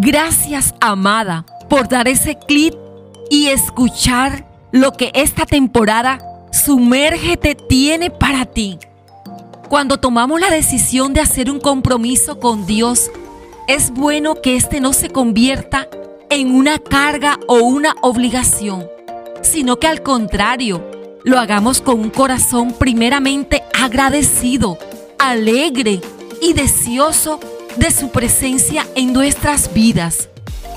Gracias, amada, por dar ese clic y escuchar lo que esta temporada Sumérgete tiene para ti. Cuando tomamos la decisión de hacer un compromiso con Dios, es bueno que este no se convierta en una carga o una obligación, sino que al contrario, lo hagamos con un corazón primeramente agradecido, alegre y deseoso de su presencia en nuestras vidas.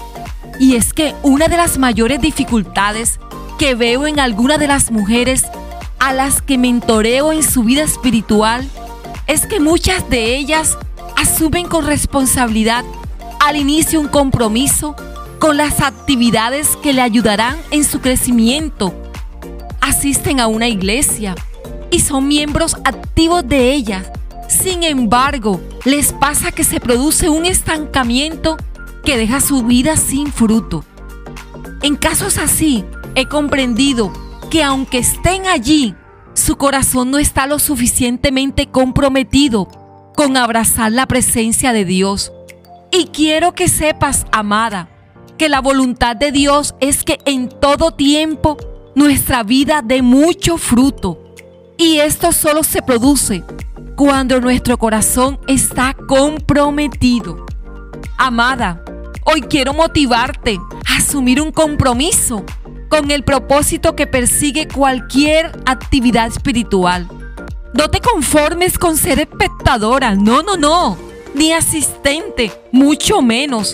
Y es que una de las mayores dificultades que veo en algunas de las mujeres a las que mentoreo en su vida espiritual es que muchas de ellas asumen con responsabilidad al inicio un compromiso con las actividades que le ayudarán en su crecimiento. Asisten a una iglesia y son miembros activos de ella. Sin embargo, les pasa que se produce un estancamiento que deja su vida sin fruto. En casos así, he comprendido que aunque estén allí, su corazón no está lo suficientemente comprometido con abrazar la presencia de Dios. Y quiero que sepas, amada, que la voluntad de Dios es que en todo tiempo nuestra vida dé mucho fruto. Y esto solo se produce cuando nuestro corazón está comprometido. Amada, hoy quiero motivarte a asumir un compromiso con el propósito que persigue cualquier actividad espiritual. No te conformes con ser espectadora, no, ni asistente, mucho menos.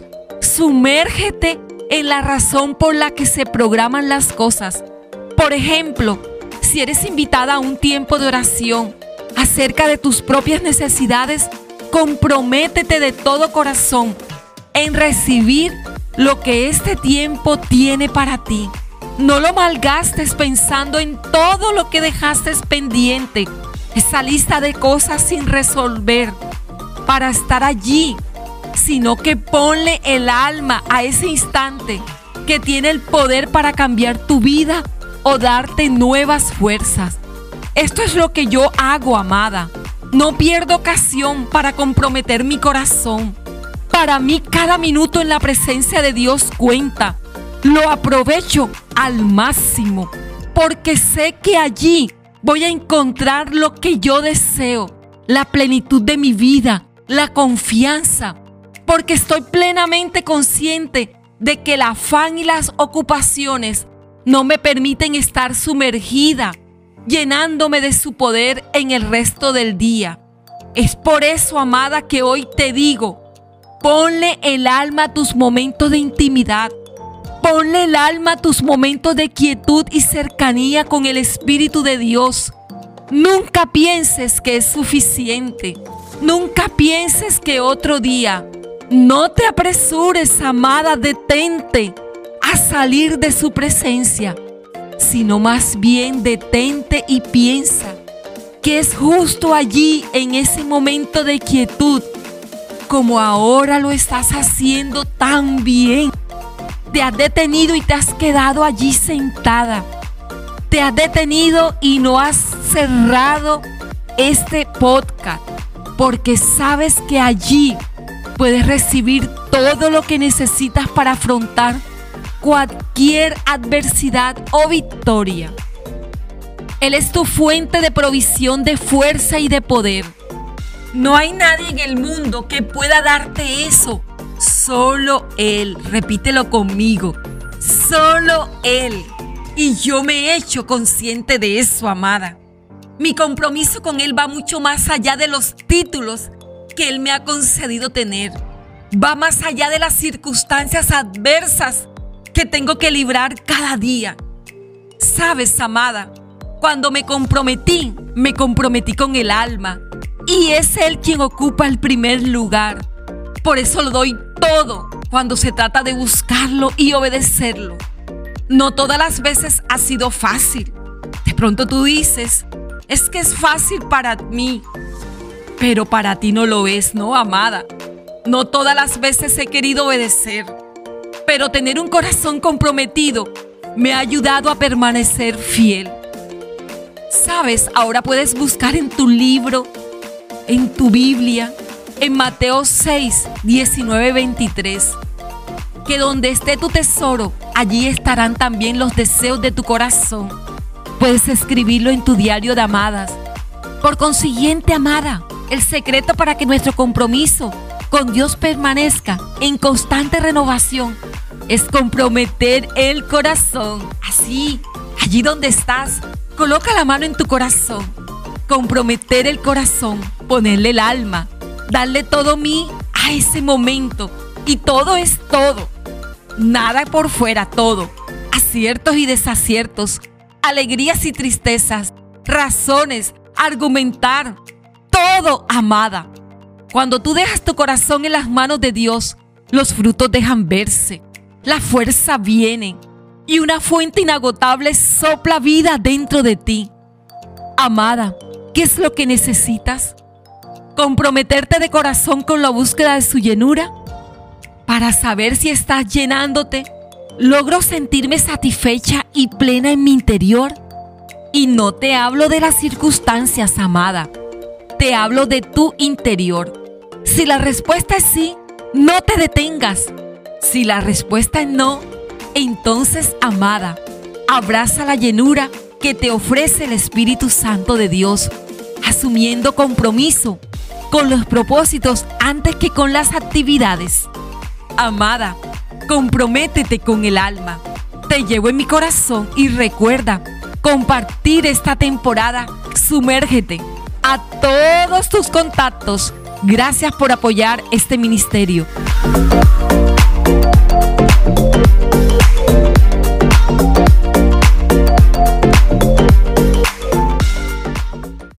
Sumérgete en la razón por la que se programan las cosas. Por ejemplo, si eres invitada a un tiempo de oración acerca de tus propias necesidades, comprométete de todo corazón en recibir lo que este tiempo tiene para ti. No lo malgastes pensando en todo lo que dejaste pendiente, esa lista de cosas sin resolver para estar allí, sino que ponle el alma a ese instante que tiene el poder para cambiar tu vida o darte nuevas fuerzas. Esto es lo que yo hago, amada. No pierdo ocasión para comprometer mi corazón. Para mí, cada minuto en la presencia de Dios cuenta. Lo aprovecho al máximo porque sé que allí voy a encontrar lo que yo deseo, la plenitud de mi vida, la confianza, porque estoy plenamente consciente de que el afán y las ocupaciones no me permiten estar sumergida, llenándome de su poder en el resto del día. Es por eso, amada, que hoy te digo, ponle el alma a tus momentos de intimidad. Ponle el alma a tus momentos de quietud y cercanía con el Espíritu de Dios. Nunca pienses que es suficiente. Nunca pienses que otro día. No te apresures, amada, detente a salir de su presencia, sino más bien detente y piensa que es justo allí, en ese momento de quietud, como ahora lo estás haciendo tan bien. Te has detenido y te has quedado allí sentada. Te has detenido y no has cerrado este podcast, porque sabes que allí puedes recibir todo lo que necesitas para afrontar cualquier adversidad o victoria. Él es tu fuente de provisión, de fuerza y de poder. No hay nadie en el mundo que pueda darte eso. Solo Él. Repítelo conmigo. Solo Él. Y yo me he hecho consciente de eso, amada. Mi compromiso con Él va mucho más allá de los títulos que Él me ha concedido tener. Va más allá de las circunstancias adversas que tengo que librar cada día. Sabes, amada, cuando me comprometí con el alma. Y es Él quien ocupa el primer lugar. Por eso lo doy todo cuando se trata de buscarlo y obedecerlo. No todas las veces ha sido fácil. De pronto tú dices, es que es fácil para mí. Pero para ti no lo es, ¿no, amada? No todas las veces he querido obedecer. Pero tener un corazón comprometido me ha ayudado a permanecer fiel. ¿Sabes? Ahora puedes buscar en tu libro, en tu Biblia, en Mateo 6, 19, 23. que donde esté tu tesoro, allí estarán también los deseos de tu corazón. Puedes escribirlo en tu diario de amadas. Por consiguiente, amada, el secreto para que nuestro compromiso con Dios permanezca en constante renovación es comprometer el corazón. Así, allí donde estás, coloca la mano en tu corazón. Comprometer el corazón, ponerle el alma, darle todo mí a ese momento. Y todo es todo. Nada por fuera, todo. Aciertos y desaciertos, alegrías y tristezas, razones, argumentar. Todo, amada. Cuando tú dejas tu corazón en las manos de Dios, los frutos dejan verse. La fuerza viene y una fuente inagotable sopla vida dentro de ti. Amada, ¿qué es lo que necesitas? ¿Comprometerte de corazón con la búsqueda de su llenura? Para saber si estás llenándote, ¿logro sentirme satisfecha y plena en mi interior? Y no te hablo de las circunstancias, amada. Te hablo de tu interior. Si la respuesta es sí, no te detengas. Si la respuesta es no, entonces, amada, abraza la llenura que te ofrece el Espíritu Santo de Dios, asumiendo compromiso con los propósitos antes que con las actividades. Amada, comprométete con el alma. Te llevo en mi corazón y recuerda compartir esta temporada. Sumérgete a todos tus contactos. Gracias por apoyar este ministerio.